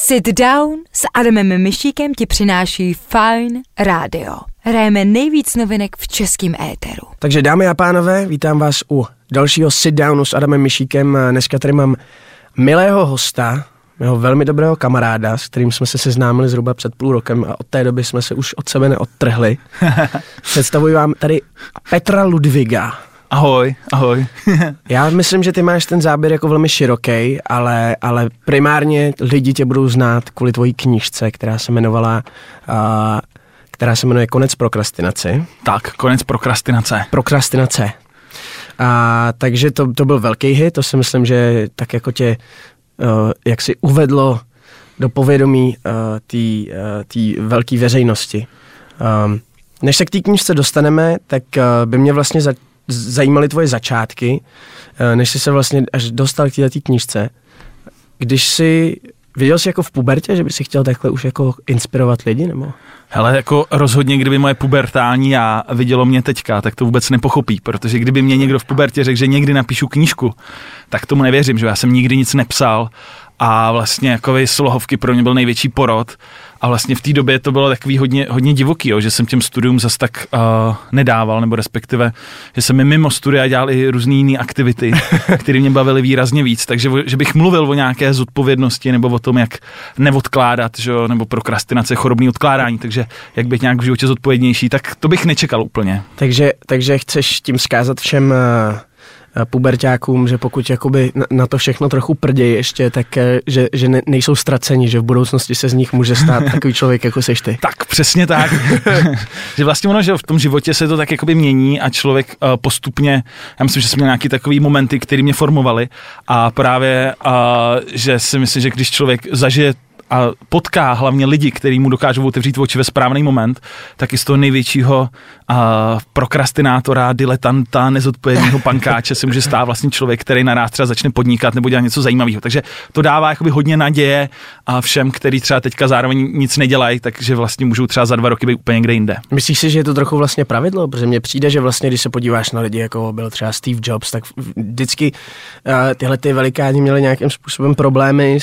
Sit Down s Adamem Mišíkem ti přináší Fajn rádio. Hrajeme nejvíc novinek v českém éteru. Takže dámy a pánové, vítám vás u dalšího Sit Downu s Adamem Mišíkem. Dneska tady mám milého hosta, mého velmi dobrého kamaráda, s kterým jsme se seznámili zhruba před půl rokem a od té doby jsme se už od sebe neodtrhli. Představuji vám tady Petra Ludwiga. Ahoj, ahoj. Já myslím, že ty máš ten záběr jako velmi široký, ale primárně lidi tě budou znát kvůli tvojí knížce, která se jmenuje Konec prokrastinace. Tak, Konec prokrastinace. Prokrastinace. Takže to byl velký hit, to si myslím, že tak jako tě jak si uvedlo do povědomí té velké veřejnosti. Než se k té knížce dostaneme, tak by mě vlastně zajímaly tvoje začátky, než jsi se vlastně až dostal k této knížce. Viděl jsi jako v pubertě, že by si chtěl takhle už jako inspirovat lidi, nebo? Hele, jako rozhodně, kdyby moje pubertální já vidělo mě teďka, tak to vůbec nepochopí, protože kdyby mě někdo v pubertě řekl, že někdy napíšu knížku, tak tomu nevěřím, že já jsem nikdy nic nepsal a vlastně jako slohovky pro mě byl největší porod a vlastně v té době to bylo takový hodně divoký, jo, že jsem těm studium zas tak nedával, nebo respektive, že jsem mi mimo studia dělal i různý jiný aktivity, které mě bavily výrazně víc, takže že bych mluvil o nějaké zodpovědnosti nebo o tom, jak neodkládat, že, nebo prokrastinace, chorobný odkládání, takže jak být nějak v životě zodpovědnější, tak to bych nečekal úplně. Takže chceš tím vzkázat všem puberťákům, že pokud jakoby na to všechno trochu prdějí ještě, tak že nejsou ztraceni, že v budoucnosti se z nich může stát takový člověk, jako seš ty. Tak, přesně tak. Že vlastně ono, že v tom životě se to tak jakoby mění a člověk postupně, já myslím, že jsem měl nějaký takový momenty, které mě formovaly a právě, že si myslím, že když člověk zažije a potká hlavně lidi, kteří mu dokážou otevřít oči ve správný moment, tak i z toho největšího prokrastinátora, diletanta, nezodpovědného pankáče se může stát vlastně člověk, který naráz třeba začne podnikat nebo dělat něco zajímavého. Takže to dává jakoby hodně naděje a všem, kteří třeba teďka zároveň nic nedělají, takže vlastně můžou třeba za 2 roky být úplně někde jinde. Myslíš si, že je to trochu vlastně pravidlo? Protože mně přijde, že vlastně, když se podíváš na lidi, jako byl třeba Steve Jobs, tak vždycky tyhle ty velikáni měli nějakým způsobem problémy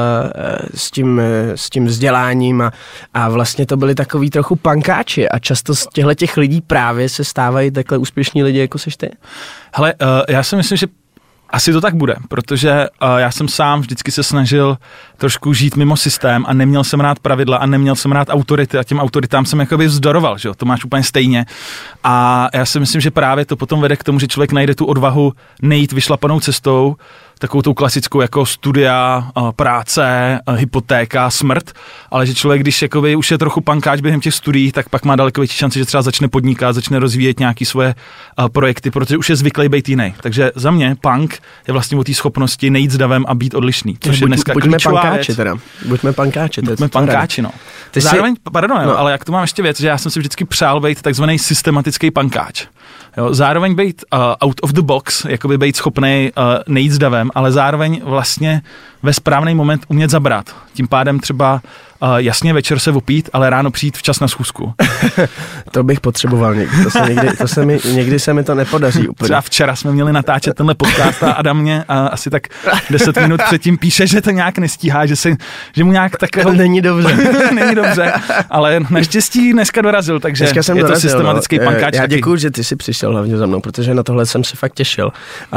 s tím vzděláním a vlastně to byli takový trochu pankáči a často z těch lidí právě se stávají takhle úspěšní lidi, jako seš ty? Hele, já si myslím, že asi to tak bude, protože já jsem sám vždycky se snažil trošku žít mimo systém a neměl jsem rád pravidla a neměl jsem rád autority a těm autoritám jsem jakoby vzdoroval, že jo, to máš úplně stejně a já si myslím, že právě to potom vede k tomu, že člověk najde tu odvahu nejít vyšlapanou cestou, takovou tou klasickou jako studia, práce, hypotéka, smrt, ale že člověk, když jakoby už je trochu pankáč během těch studií, tak pak má daleko větší šanci, že třeba začne podnikat, začne rozvíjet nějaký svoje projekty, protože už je zvyklý být jiný. Takže za mě punk je vlastně o té schopnosti nejít s davem a být odlišný, což je dneska klíčová věc. Buďme pankáči. Buďme pankáči, no. Zároveň, ale jak tu mám ještě věc, že já jsem si vždycky přál být takzvaný systematický pankáč. Jo, zároveň být out of the box, jakoby být schopný nejít s davem, ale zároveň vlastně ve správný moment umět zabrat. Tím pádem třeba jasně večer se opít, ale ráno přijít včas na schůzku. To bych potřeboval někdy. Někdy se mi to nepodaří úplně. Třeba včera jsme měli natáčet tenhle podcast a Adam mě asi tak 10 minut předtím píše, že to nějak nestíhá, že mu nějak tak... Není dobře. Není dobře, ale naštěstí dneska dorazil, takže je to systematický pankáč. Já děkuju, že ty jsi přišel hlavně za mnou, protože na tohle jsem se fakt těšil.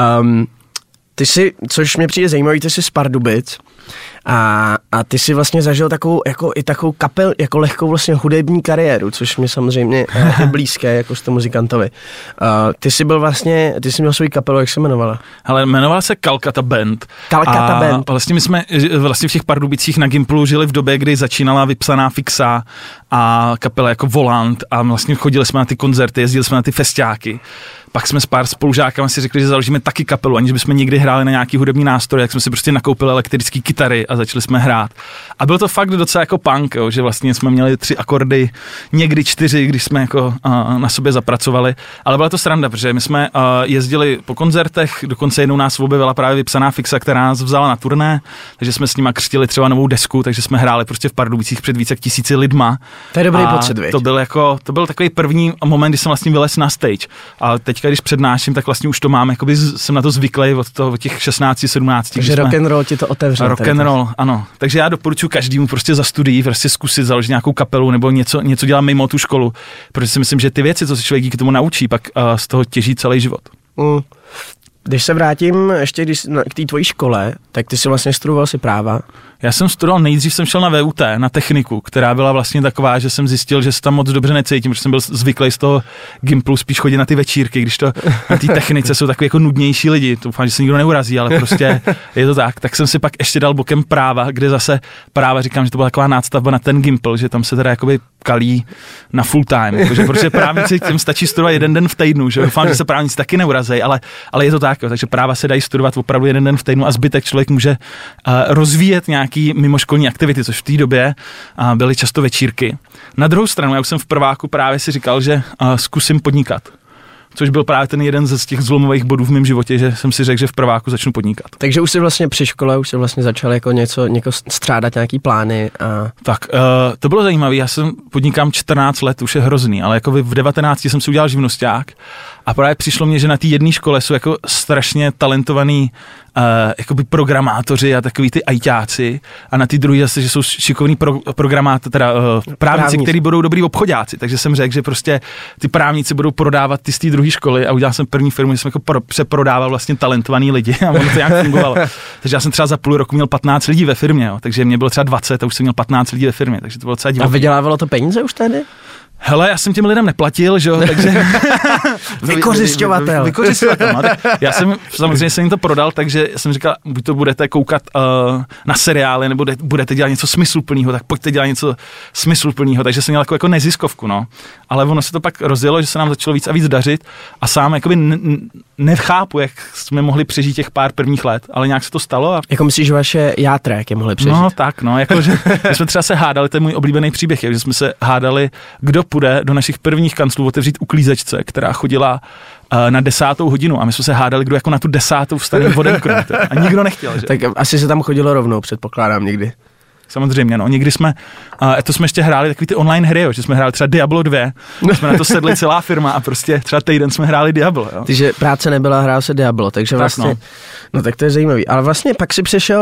Ty jsi, což mě přijde zajímavý, ty jsi z Pardubic a ty jsi vlastně zažil takovou jako lehkou vlastně hudební kariéru, což mě samozřejmě je blízké jako jste muzikantovi. Ty jsi měl svou kapelu, jak se jmenovala? Hele, jmenovala se Calcutta Band. Calcutta Band. Vlastně my jsme v těch Pardubicích na Gimplu žili v době, kdy začínala Vypsaná fixa a kapela jako Volant a vlastně chodili jsme na ty koncerty, jezdili jsme na ty festiáky. Pak jsme s pár spolužákama si řekli, že založíme taky kapelu, aniž bychom nikdy hráli na nějaký hudební nástroj, jak jsme si prostě nakoupili elektrické kytary a začali jsme hrát. A byl to fakt docela jako punk, jo, že vlastně jsme měli 3 akordy, někdy 4, když jsme jako na sobě zapracovali, ale byla to sranda, protože my jsme jezdili po koncertech, dokonce jednou nás objevila právě Vypsaná fixa, která nás vzala na turné, takže jsme s nima křtili třeba novou desku, takže jsme hráli prostě v Pardubicích před více jak 1000 lidma. To je dobrý pocit, viď? To byl takový první moment, kdy jsem vlastně vylez na stage. A teďka, když přednáším, tak vlastně už to mám, jakoby jsem na to zvyklý od těch 16, 17. Takže rock'n'roll ti to otevřel. Rock'n'roll Ano. Takže já doporučuji každému prostě za studií prostě zkusit založit nějakou kapelu nebo něco dělat mimo tu školu, protože si myslím, že ty věci, co se člověk díky tomu naučí, pak z toho těží celý život. Když se vrátím ještě k té tvojí škole, tak ty si vlastně studoval si práva. Já jsem studoval, nejdřív jsem šel na VUT, na techniku, která byla vlastně taková, že jsem zjistil, že se tam moc dobře necítím, protože jsem byl zvyklý z toho Gimplu spíš chodit na ty večírky, když to na té technice jsou takový jako nudnější lidi, to doufám, že se nikdo neurazí, ale prostě je to tak. Tak jsem si pak ještě dal bokem práva, kde zase práva říkám, že to byla taková nástavba na ten Gimpl, že tam se teda jakoby kalí na full time, jakože prostě právníci těm stačí studovat jeden den v týdnu, že doufám, že se právníci taky neurazí, ale je to tak, jo, takže práva se dají studovat opravdu jeden den v týdnu a zbytek člověk může rozvíjet nějaký mimoškolní aktivity, což v té době byly často večírky. Na druhou stranu, já už jsem v prváku právě si říkal, že zkusím podnikat. Což byl právě ten jeden z těch zlomových bodů v mém životě, že jsem si řekl, že v prváku začnu podnikat. Takže už jsi vlastně při škole, už jsi vlastně začal jako něco střádat nějaký plány. Tak, to bylo zajímavé, já jsem podnikám 14 let, už je hrozný, ale jako v 19 jsem si udělal živnosťák a právě přišlo mně, že na té jedné škole jsou jako strašně talentovaný jakoby programátoři a takový ty ajťáci a na ty druhé zase, že jsou šikovní právníci, kteří budou dobrý obchodáci, takže jsem řekl, že prostě ty právníci budou prodávat ty z té druhé školy a udělal jsem první firmu, že jsem jako přeprodával vlastně talentovaný lidi a ono to nějak fungovalo. Takže já jsem třeba za půl roku měl 15 lidí ve firmě, jo, takže mě bylo třeba 20 a už jsem měl 15 lidí ve firmě, takže to bylo docela divoký. A vydělávalo to peníze už tady? Hele, já jsem těm lidem neplatil, že jo, takže... Vykořisťovatel. No, já samozřejmě jsem jim to prodal, takže jsem říkal, buď to budete koukat na seriály, nebo budete dělat něco smysluplného, tak pojďte dělat něco smysluplného, takže jsem měl jako neziskovku, no. Ale ono se to pak rozjelo, že se nám začalo víc a víc dařit a sám jakoby nechápu, jak jsme mohli přežít těch pár prvních let, ale nějak se to stalo. Jako myslíš, že vaše játra, jak je mohli přežít? No tak, no, jakože my jsme třeba se hádali, to je můj oblíbený příběh, že jsme se hádali, kdo půjde do našich prvních kanclů otevřít uklízečce, která chodila na 10. hodinu a my jsme se hádali, kdo jako na tu 10. vstane odemknout. A nikdo nechtěl, že? Tak asi se tam chodilo rovnou, předpokládám někdy. Samozřejmě, no. Někdy jsme, to jsme ještě hráli takový ty online hry, jo, že jsme hráli třeba Diablo 2, jsme na to sedli celá firma a prostě třeba týden jsme hráli Diablo, jo. Takže práce nebyla, hrál se Diablo, takže tak vlastně, no tak to je zajímavý. Ale vlastně pak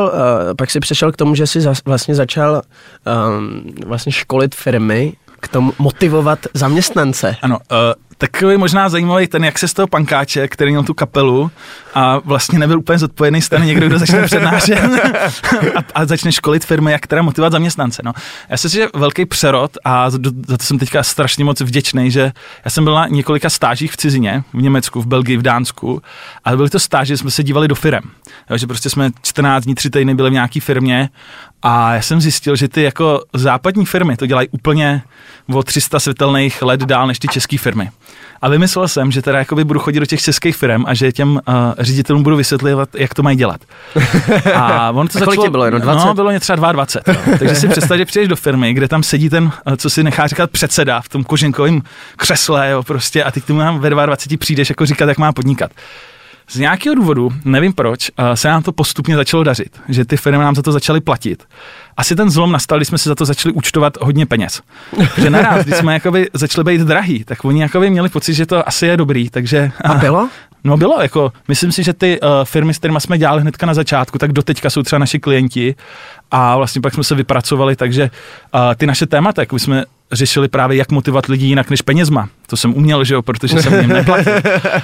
si přešel k tomu, že jsi vlastně začal vlastně školit firmy, k tomu motivovat zaměstnance. Ano, takový možná zajímavý ten, jak se z toho pankáče, který měl tu kapelu a vlastně nebyl úplně zodpovědný, stane někdo, kdo začne přednášet a začne školit firmy, jak teda motivovat zaměstnance. No. Já si myslím, že velký přerod a za to jsem teďka strašně moc vděčný, že já jsem byl na několika stážích v cizině, v Německu, v Belgii, v Dánsku, ale byly to stáže, jsme se dívali do firem. že prostě jsme 14 dní, 3 týdny byli v nějaký firmě a já jsem zjistil, že ty jako západní firmy to dělají úplně o 300 světelných let dál než ty české firmy. A vymyslel jsem, že teda jakoby budu chodit do těch českých firm a že těm ředitelům budu vysvětlovat, jak to mají dělat. A on to začalo, bylo jenom 20? No, bylo mě třeba 22. No. Takže si představ, že přijdeš do firmy, kde tam sedí ten, co si nechá říkat předseda v tom koženkovém křesle, jo, prostě, a ty k tomu nám ve 22 přijdeš jako říkat, jak má podnikat. Z nějakého důvodu, nevím proč, se nám to postupně začalo dařit, že ty firmy nám za to začaly platit. Asi ten zlom nastal, když jsme si za to začali účtovat hodně peněz. Že naraz, když jsme jakoby začali být drahý, tak oni jakoby měli pocit, že to asi je dobrý, takže... A bylo? No bylo, jako, myslím si, že ty firmy, s kterými jsme dělali hnedka na začátku, tak doteďka jsou třeba naši klienti a vlastně pak jsme se vypracovali, takže ty naše témata, jako jsme řešili právě, jak motivovat lidi jinak než penězma. To jsem uměl, že jo, protože jsem jim neplatil.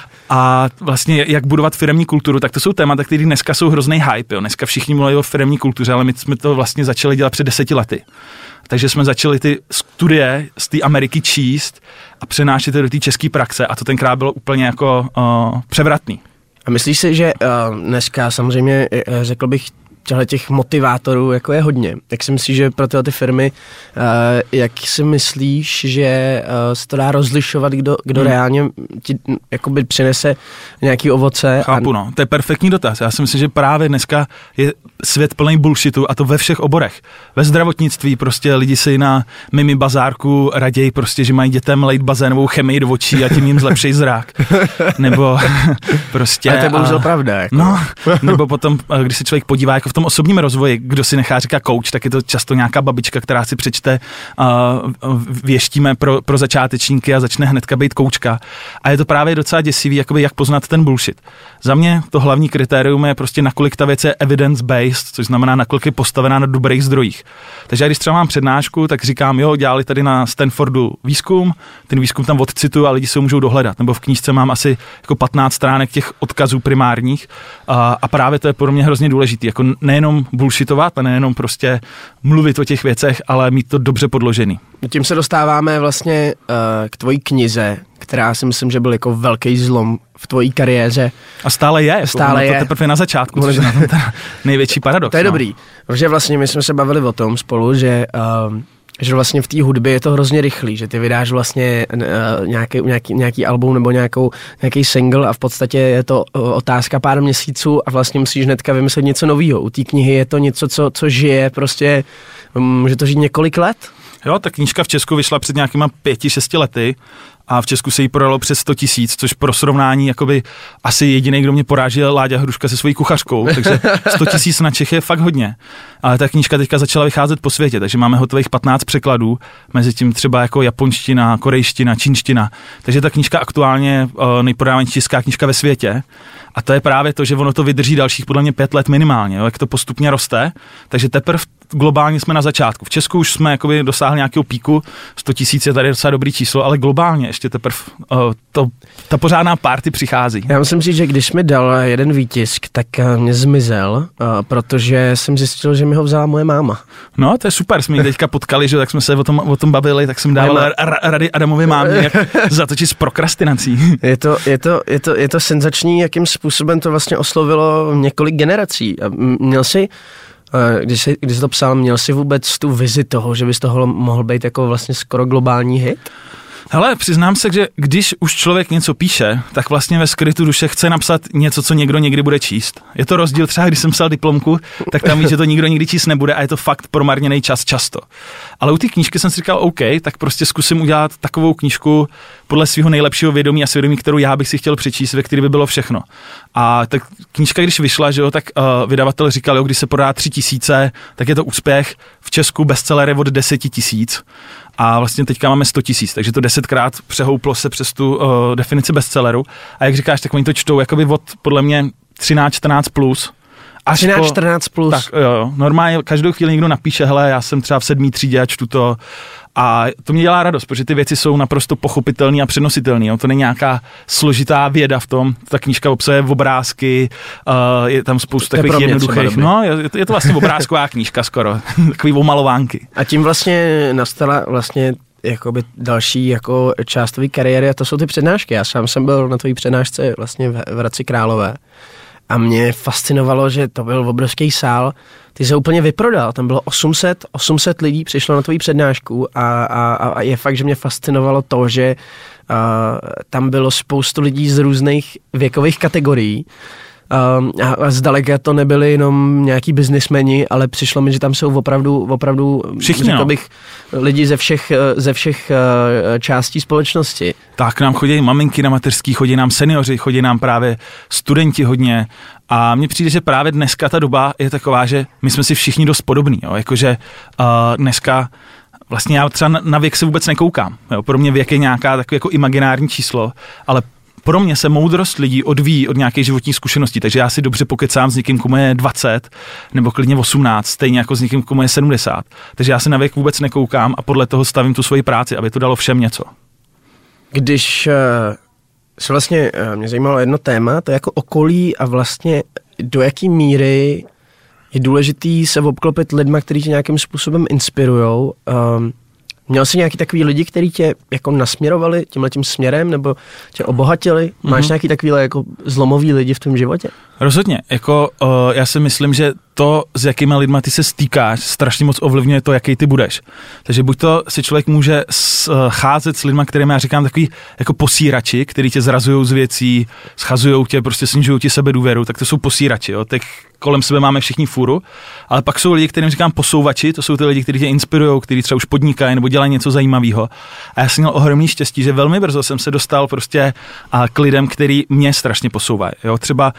A vlastně jak budovat firemní kulturu, tak to jsou témata, které dneska jsou hrozný hype, jo. Dneska všichni mluví o firemní kultuře, ale my jsme to vlastně začali dělat před 10 lety. Takže jsme začali ty studie z té Ameriky číst a přenášet je do té české praxe a to tenkrát bylo úplně jako převratný. A myslíš si, že dneska samozřejmě řekl bych, těch motivátorů jako je hodně. Jak si myslíš, že pro tyhle ty firmy, jak si myslíš, že se to dá rozlišovat, kdo reálně ti jakoby přinese nějaký ovoce? Chápu, no. To je perfektní dotaz. Já si myslím, že právě dneska je svět plný bullshitu a to ve všech oborech. Ve zdravotnictví prostě lidi si na mimi bazárku raději prostě, že mají dětem lejt bazénovou chemii do očí a tím jim zlepší zrak. Nebo prostě... Ale to je bohužel pravda. Jako. No, nebo potom, když se člověk podívá jako v tom osobním rozvoji, kdo si nechá říkat coach, tak je to často nějaká babička, která si přečte věštíme pro začátečníky a začne hnedka být koučka. A je to právě docela děsivý, jakoby jak poznat ten bullshit. Za mě to hlavní kritérium je prostě nakolik ta věc je evidence-based, což znamená nakolik je postavená na dobrých zdrojích. Takže když třeba mám přednášku, tak říkám, jo, dělali tady na Stanfordu výzkum, ten výzkum tam odcituju a lidi se ho můžou dohledat. Nebo v knížce mám asi jako 15 stránek těch odkazů primárních a právě to je pro mě hrozně důležitý. Jako nejenom bullshitovat a nejenom prostě mluvit o těch věcech, ale mít to dobře podložený. Tím se dostáváme vlastně k tvojí knize, která si myslím, že byl jako velký zlom v tvojí kariéře. A stále je. Stále je. To teprve na začátku, což je na tom ten největší paradox. To je dobrý, protože vlastně my jsme se bavili o tom spolu, že vlastně v té hudbě je to hrozně rychlý, že ty vydáš vlastně nějaký album nebo nějaký single a v podstatě je to otázka pár měsíců a vlastně musíš hnedka vymyslet něco nového. U té knihy je to něco, co žije, prostě může to žít několik let. Jo, ta knížka v Česku vyšla před nějakýma 5-6 lety a v Česku se jí prodalo přes 100 000, což pro srovnání jakoby asi jediný, kdo mě poráží, je Láďa Hruška se svojí kuchařkou, takže 100 000 na Čech je fakt hodně. Ale ta knížka teďka začala vycházet po světě, takže máme hotových 15 překladů, mezi tím třeba jako japonština, korejština, čínština. Takže ta knížka aktuálně nejprodávanější česká knížka ve světě. A to je právě to, že ono to vydrží dalších podle mě 5 let minimálně, jo, jak to postupně roste. Takže teprve globálně jsme na začátku. V Česku už jsme jakoby dosáhli nějakého píku, 100 000 je tady docela dobrý číslo, ale globálně ještě teprve ta pořádná party přichází. Já musím říct, že když mi dal jeden výtisk, tak mě zmizel, protože jsem zjistil, že mi ho vzala moje máma. No, to je super, jsme ji teďka potkali, že tak jsme se o tom bavili, tak jsem dával rady Adamovi mámě, jak zatočit s prokrastinací. Je to senzační, jakým způsobem to vlastně oslovilo několik generací. A měl jsi, když jsi to psal, měl jsi vůbec tu vizi toho, že bys toho mohl být jako vlastně skoro globální hit? Hele, přiznám se, že když už člověk něco píše, tak vlastně ve skrytu duše chce napsat něco, co někdo někdy bude číst. Je to rozdíl třeba, když jsem psal diplomku, tak tam víš, že to nikdo nikdy číst nebude a je to fakt promarněný čas často. Ale u té knížky jsem si říkal, OK, tak prostě zkusím udělat takovou knížku podle svého nejlepšího vědomí a svědomí, kterou já bych si chtěl přečíst, ve který by bylo všechno. A tak knížka, když vyšla, že jo, tak vydavatel říkal, jo, když se prodá 3 000, tak je to úspěch. V Česku bestseller je od 10 000. A vlastně teďka máme 100 000, takže to 10krát přehouplo se přes tu definici bestselleru. A jak říkáš, tak oni to čtou jakoby od podle mě 13-14 plus. 13-14 plus. Tak jo, normálně každou chvíli někdo napíše, hele, já jsem třeba v 7. třídě a čtu to. A to mě dělá radost, protože ty věci jsou naprosto pochopitelné a přenositelné. To není nějaká složitá věda v tom. Ta knížka obsahuje obrázky, je tam spoustu takových jednoduchých. No, je to vlastně obrázková knížka skoro, takový omalovánky. A tím vlastně nastala vlastně jakoby další jako část tvojí kariéry a to jsou ty přednášky. Já sám jsem byl na tvojí přednášce vlastně v Hradci Králové a mě fascinovalo, že to byl obrovský sál. Ty se úplně vyprodal, tam bylo 800 lidí přišlo na tvoji přednášku a je fakt, že mě fascinovalo to, že tam bylo spoustu lidí z různých věkových kategorií a zdaleka to nebyli jenom nějaký biznismeni, ale přišlo mi, že tam jsou opravdu všichni, řekl bych, lidi ze všech částí společnosti. Tak nám chodí maminky na mateřský, chodí nám seniori, chodí nám právě studenti hodně a mně přijde, že právě dneska ta doba je taková, že my jsme si všichni dost podobní, jo? Jakože dneska vlastně já třeba na věk se vůbec nekoukám, jo? Pro mě věk je nějaká takové jako imaginární číslo, ale pro mě se moudrost lidí odvíjí od nějaké životní zkušenosti, takže já si dobře pokecám s někým, komu je 20 nebo klidně 18, stejně jako s někým, komu je 70. Takže já se na věk vůbec nekoukám a podle toho stavím tu svoji práci, aby to dalo všem něco. Když se vlastně mě zajímalo jedno téma, to je jako okolí a vlastně do jaký míry je důležitý se obklopit lidma, kteří tě nějakým způsobem inspirujou. Měl jsi nějaký takový lidi, kteří tě jako nasměrovali tímhletím směrem nebo tě obohatili? Máš nějaký takovýhle jako zlomový lidi v tvém životě? Rozhodně. Jako, já si myslím, že to, s jakými lidma ty se stýkáš, strašně moc ovlivňuje to, jaký ty budeš. Takže buď to si člověk může scházet s lidma, kterými já říkám takový jako posírači, který tě zrazujou z věcí, schazujou tě, prostě snižují ti sebedůvěru, tak to jsou posírači. Jo? Těch kolem sebe máme všichni fůru, ale pak jsou lidi, kterým říkám posouvači, to jsou ty lidi, kteří tě inspirují, kteří třeba už podnikají nebo dělají něco zajímavého. A já jsem měl ohromný štěstí, že velmi brzo jsem se dostal prostě k lidem, který mě strašně posouvají. Jo? Třeba náš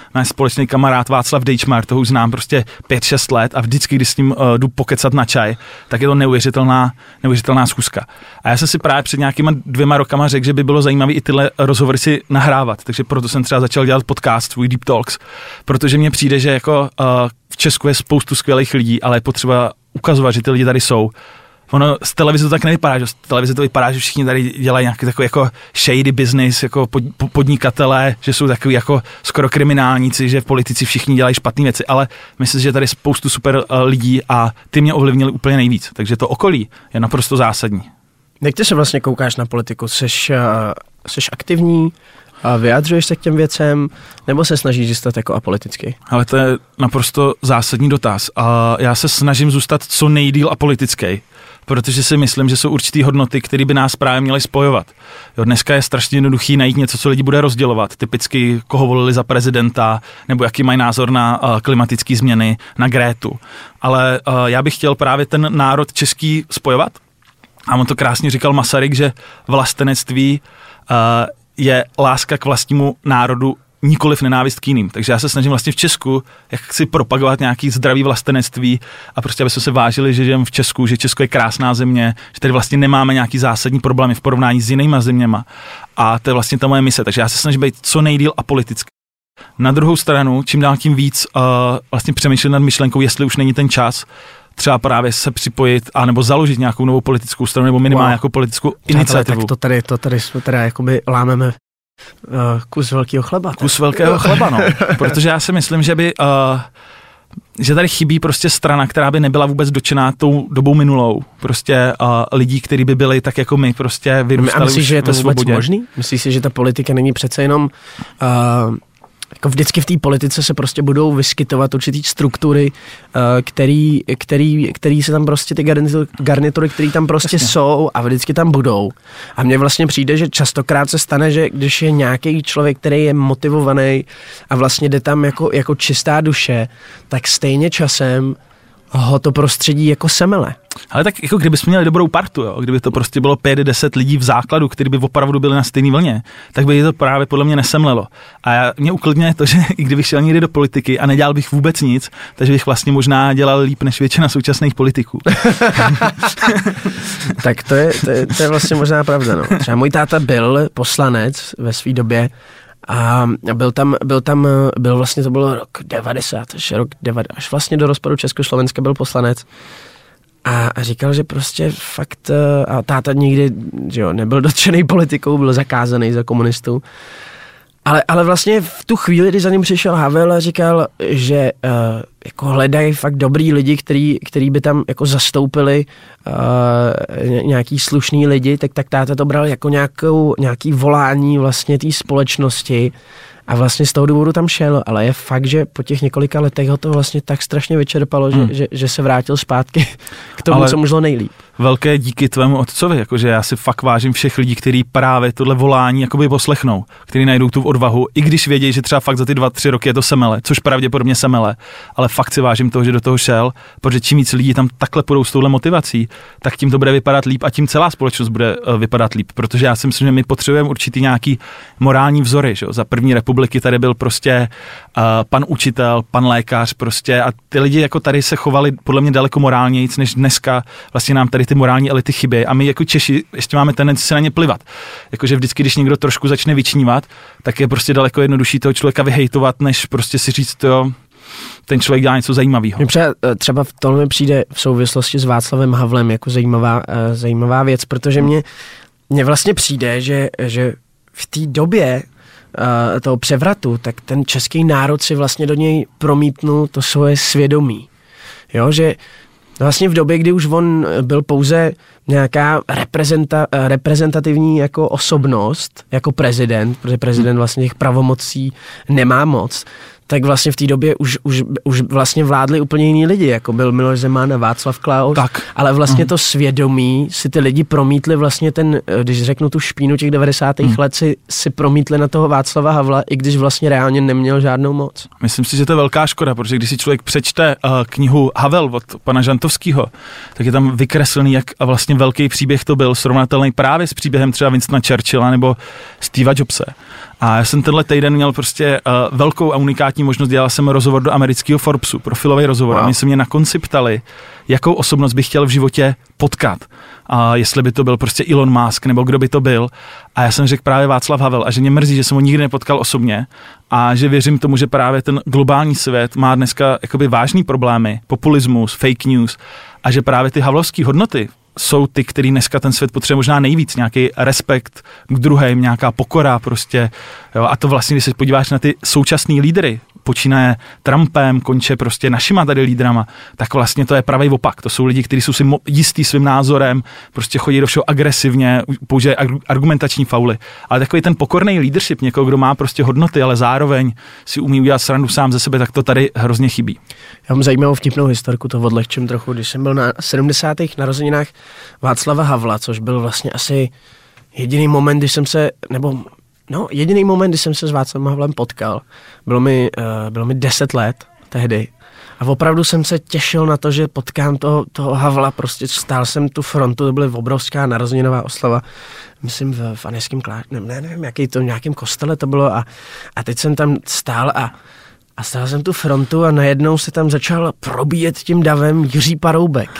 společný kamarád Václav Dejčmar, toho už znám prostě 5-6 let a vždycky, když s ním jdu pokecat na čaj, tak je to neuvěřitelná schůzka. A já jsem si právě před nějakýma 2 rokama řekl, že by bylo zajímavé i tyhle rozhovory si nahrávat, takže proto jsem třeba začal dělat podcast, svůj Deep Talks, protože mně přijde, že jako v Česku je spoustu skvělých lidí, ale je potřeba ukazovat, že ty lidi tady jsou. Ono z televize to tak nevypadá, že z televize to vypadá, že všichni tady dělají nějaký takový jako shady business, jako podnikatelé, že jsou takový jako skoro kriminálníci, že v politici všichni dělají špatné věci, ale myslím, že tady je spoustu super lidí a ty mě ovlivnili úplně nejvíc, takže to okolí je naprosto zásadní. Jak ty se vlastně koukáš na politiku? Seš aktivní? A vyjadřuješ se k těm věcem, nebo se snažíš zůstat jako apolitický? Ale to je naprosto zásadní dotaz. A já se snažím zůstat co nejdýl apolitický, protože si myslím, že jsou určitý hodnoty, které by nás právě měly spojovat. Jo, dneska je strašně jednoduchý najít něco, co lidi bude rozdělovat. Typicky, koho volili za prezidenta, nebo jaký mají názor na klimatické změny, na Grétu. Ale já bych chtěl právě ten národ český spojovat. A on to krásně říkal Masaryk, že vlastenectví je láska k vlastnímu národu, nikoliv nenávist k jiným. Takže já se snažím vlastně v Česku jak si propagovat nějaký zdravý vlastenectví a prostě aby jsme se vážili, že žijeme v Česku, že Česko je krásná země, že tady vlastně nemáme nějaký zásadní problémy v porovnání s jinýma zeměma. A to je vlastně ta moje mise. Takže já se snažím být co nejdýl apolitický. Na druhou stranu, čím dál tím víc vlastně přemýšlet nad myšlenkou, jestli už není ten čas třeba právě se připojit a nebo založit nějakou novou politickou stranu nebo minimálně nějakou politickou iniciativu. Tak to tady jsme teda jakoby lámeme kus velkého chleba. Kus velkého chleba, no. Protože já si myslím, že tady chybí prostě strana, která by nebyla vůbec dotčená tou dobou minulou. Prostě lidí, kteří by byli tak jako my, prostě vyrůstali. A myslíš, že je to vůbec možný? Myslíš si, že ta politika není přece jenom jako vždycky v té politice se prostě budou vyskytovat určitý struktury, který se tam prostě ty garnitury, které tam prostě Jasně. jsou a vždycky tam budou. A mně vlastně přijde, že častokrát se stane, že když je nějaký člověk, který je motivovaný a vlastně jde tam jako čistá duše, tak stejně časem ho to prostředí jako semele. Ale tak jako kdybychom měli dobrou partu, jo? Kdyby to prostě bylo 5-10 lidí v základu, kteří by opravdu byli na stejné vlně, tak by to právě podle mě nesemlelo. A mě uklidňuje to, že i kdybych šel někdy do politiky a nedělal bych vůbec nic, takže bych vlastně možná dělal líp než většina současných politiků. Tak to je vlastně možná pravda. No. Třeba můj táta byl poslanec ve své době a byl vlastně, to bylo rok 90, až vlastně do rozpadu Československa byl poslanec. A říkal, že prostě fakt, a táta nikdy že jo, nebyl dotčený politikou, byl zakázaný za komunistů. Ale vlastně v tu chvíli, kdy za ním přišel Havel a říkal, že jako hledají fakt dobrý lidi, který by tam jako zastoupili nějaký slušný lidi, tak táta to bral jako nějaký volání vlastně té společnosti a vlastně z toho důvodu tam šel, ale je fakt, že po těch několika letech ho to vlastně tak strašně vyčerpalo, že se vrátil zpátky k tomu, co mu šlo nejlíp. Velké díky tvému otcovi, jakože já si fakt vážím všech lidí, kteří právě tohle volání jakoby poslechnou, kteří najdou tu odvahu, i když vědí, že třeba fakt za ty 2-3 roky je to semele, což pravděpodobně semele, ale fakt si vážím toho, že do toho šel, protože čím víc lidí tam takhle půjdou s touhle motivací, tak tím to bude vypadat líp a tím celá společnost bude vypadat líp, protože já si myslím, že my potřebujeme určitý nějaký morální vzory, že? Za první republiky tady byl prostě pan učitel, pan lékař prostě a ty lidi jako tady se chovali podle mě daleko morálnějc, než dneska vlastně nám tady ty morální elity chybí a my jako Češi ještě máme tendenci se na ně plivat. Jakože vždycky, když někdo trošku začne vyčnívat, tak je prostě daleko jednodušší toho člověka vyhejtovat, než prostě si říct, jo, ten člověk dělá něco zajímavého. Třeba v tom mi přijde v souvislosti s Václavem Havlem jako zajímavá věc, protože mně vlastně přijde, že v té době toho převratu, tak ten český národ si vlastně do něj promítnul to svoje svědomí. Jo, že vlastně v době, kdy už on byl pouze nějaká reprezentativní jako osobnost, jako prezident, protože prezident vlastně těch pravomocí nemá moc, tak vlastně v té době už vlastně vládli úplně jiní lidi, jako byl Miloš Zeman a Václav Klaus, tak. Ale vlastně to svědomí si ty lidi promítli vlastně když řeknu tu špínu těch 90. let, si promítli na toho Václava Havla, i když vlastně reálně neměl žádnou moc. Myslím si, že to je velká škoda, protože když si člověk přečte knihu Havel od pana Žantovského, tak je tam vykreslený, jak vlastně velký příběh to byl, srovnatelný právě s příběhem třeba Winstona Churchilla nebo Steva Jobse. A já jsem tenhle týden měl prostě velkou a unikátní možnost, dělal jsem rozhovor do amerického Forbesu, profilový rozhovor. Wow. A oni se mě na konci ptali, jakou osobnost bych chtěl v životě potkat. A jestli by to byl prostě Elon Musk, nebo kdo by to byl. A já jsem řekl právě Václav Havel a že mě mrzí, že jsem ho nikdy nepotkal osobně a že věřím tomu, že právě ten globální svět má dneska jakoby vážný problémy, populismus, fake news a že právě ty havlovské hodnoty jsou ty, který dneska ten svět potřebuje možná nejvíc, nějaký respekt k druhým, nějaká pokora prostě, jo, a to vlastně, když se podíváš na ty současný lídry, počínaje Trumpem, konče prostě našima tady lídrama, tak vlastně to je pravý opak. To jsou lidi, kteří jsou si jistý svým názorem, prostě chodí do všeho agresivně, používají argumentační fauly. Ale takový ten pokorný leadership, někoho, kdo má prostě hodnoty, ale zároveň si umí udělat srandu sám ze sebe, tak to tady hrozně chybí. Já mám zajímavou vtipnou historku, to odlehčím trochu, když jsem byl na 70. narozeninách Václava Havla, což byl vlastně asi jediný moment, kdy jsem se, jediný moment, kdy jsem se s Václavem Havlem potkal. Bylo mi 10 let tehdy. A opravdu jsem se těšil na to, že potkám toho Havla, prostě stál jsem tu frontu, to byla obrovská narozeninová oslava, myslím v Aneském klášteře, nevím, nějakým kostele to bylo a teď jsem tam stál a stál jsem tu frontu a najednou se tam začal probíjet tím davem Jiří Paroubek.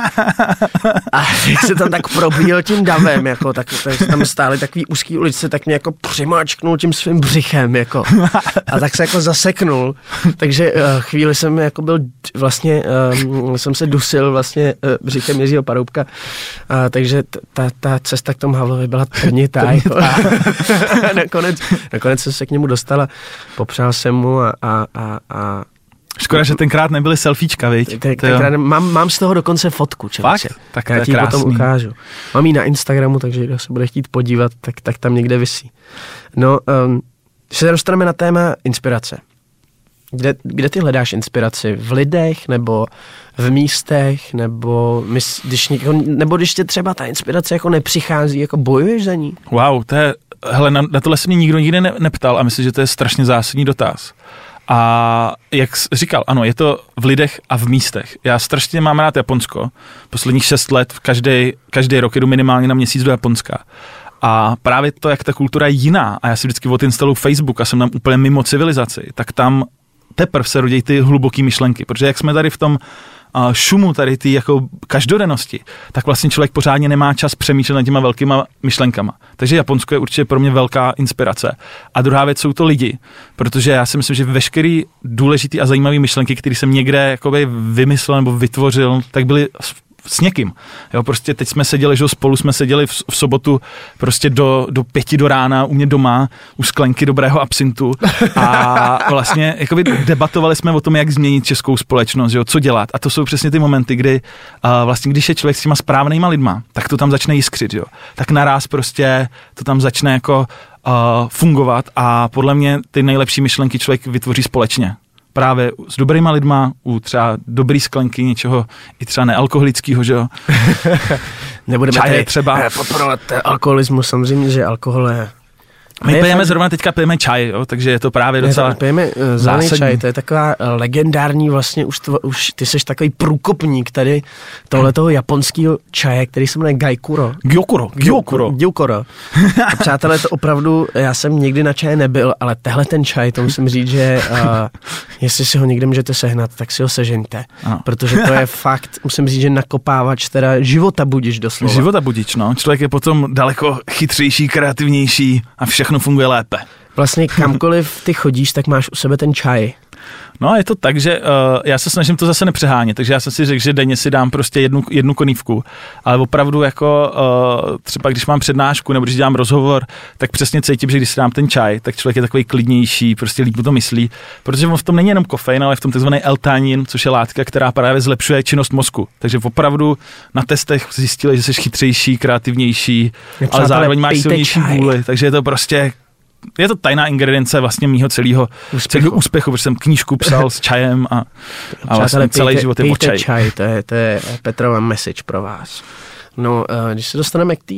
A jak se tam tak probíjel tím davem, jako, tak tam stály takový úzký ulice, tak mě jako přimáčknul tím svým břichem, jako. A tak se jako zaseknul. Takže chvíli jsem jako byl vlastně, jsem se dusil vlastně břichem Jiřího Paroubka. Takže ta cesta k tomu Havlovi byla trnitá. Jako. Nakonec jsem se k němu dostala, popřál jsem mu a škoda, že tenkrát nebyly selfiečka, viď? Mám z toho dokonce fotku, člověče. Tak já ti potom ukážu. Mám ji na Instagramu, takže kdo se bude chtít podívat, tak tam někde visí. No, když se dostaneme na téma inspirace. Kde ty hledáš inspiraci? V lidech, nebo v místech, nebo když tě třeba ta inspirace jako nepřichází, jako bojuješ za ní? Wow, hele, na tohle se mě nikdo nikdy neptal a myslím, že to je strašně zásadní dotaz. A jak jsi říkal, ano, je to v lidech a v místech. Já strašně mám rád Japonsko. Posledních 6 let každý rok jdu minimálně na měsíc do Japonska. A právě to, jak ta kultura je jiná, a já si vždycky odinstaluju Facebook a jsem tam úplně mimo civilizaci, tak tam teprve se rodí ty hluboký myšlenky. Protože jak jsme tady v tom šumu tady ty jako každodennosti, tak vlastně člověk pořádně nemá čas přemýšlet nad těma velkýma myšlenkama. Takže Japonsko je určitě pro mě velká inspirace. A druhá věc jsou to lidi, protože já si myslím, že veškerý důležitý a zajímavý myšlenky, které jsem někde jakoby vymyslel nebo vytvořil, tak byly s někým. Jo, prostě teď jsme seděli, že spolu jsme seděli v sobotu prostě do 5 do rána u mě doma, u sklenky dobrého absintu a vlastně jakoby debatovali jsme o tom, jak změnit českou společnost, jo, co dělat. A to jsou přesně ty momenty, kdy vlastně, když je člověk s těma správnýma lidma, tak to tam začne jiskřit, jo. Tak naraz prostě to tam začne jako fungovat a podle mě ty nejlepší myšlenky člověk vytvoří společně. Právě s dobrýma lidma, u třeba dobrý sklenky, něčeho i třeba nealkoholického, že jo. Nebudeme tady třeba podporovat alkoholismus, samozřejmě, že alkohol je... My pijeme zrovna teďka čaj, jo, takže je to právě docela pijeme zelený čaj, to je taková legendární vlastně, už ty seš takový průkopník tady tohletoho japonského čaje, který se jmenuje Gyokuro. A přátelé, to opravdu, já jsem nikdy na čaje nebyl, ale tehle ten čaj, to musím říct, že jestli si ho někde můžete sehnat, tak si ho sežeňte, protože to je fakt, musím říct, že nakopávač teda života budič doslova. Života budič, no. Člověk je potom daleko chytřejší, kreativnější a všechno funguje lépe. Vlastně kamkoliv ty chodíš, tak máš u sebe ten čaj. No je to tak, že já se snažím to zase nepřehánět, takže já jsem si řekl, že denně si dám prostě jednu konívku, ale opravdu jako třeba když mám přednášku nebo když dělám rozhovor, tak přesně cítím, že když si dám ten čaj, tak člověk je takový klidnější, prostě líp mu to myslí, protože v tom není jenom kofein, ale v tom takzvaný L-theanin, což je látka, která právě zlepšuje činnost mozku. Takže opravdu na testech zjistili, že jsi chytřejší, kreativnější, ale zároveň máš silnější vůli, takže je to prostě je to tajná ingredience vlastně mýho celého úspěchu, protože jsem knížku psal s čajem a vlastně celý život je o čaj. Čaj, to je Petrova message pro vás. No, když se dostaneme k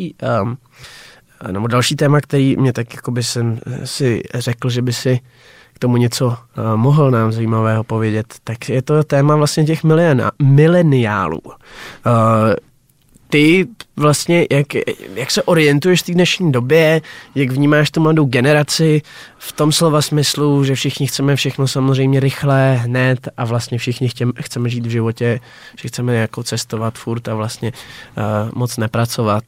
nebo další téma, který mě tak jako by jsem si řekl, že by si k tomu něco mohl nám zajímavého povědět, tak je to téma vlastně těch mileniálů. ty vlastně, jak se orientuješ v té dnešní době, jak vnímáš tu mladou generaci v tom slova smyslu, že všichni chceme všechno samozřejmě rychle, hned a vlastně všichni chceme žít v životě, že chceme jako cestovat furt a vlastně moc nepracovat.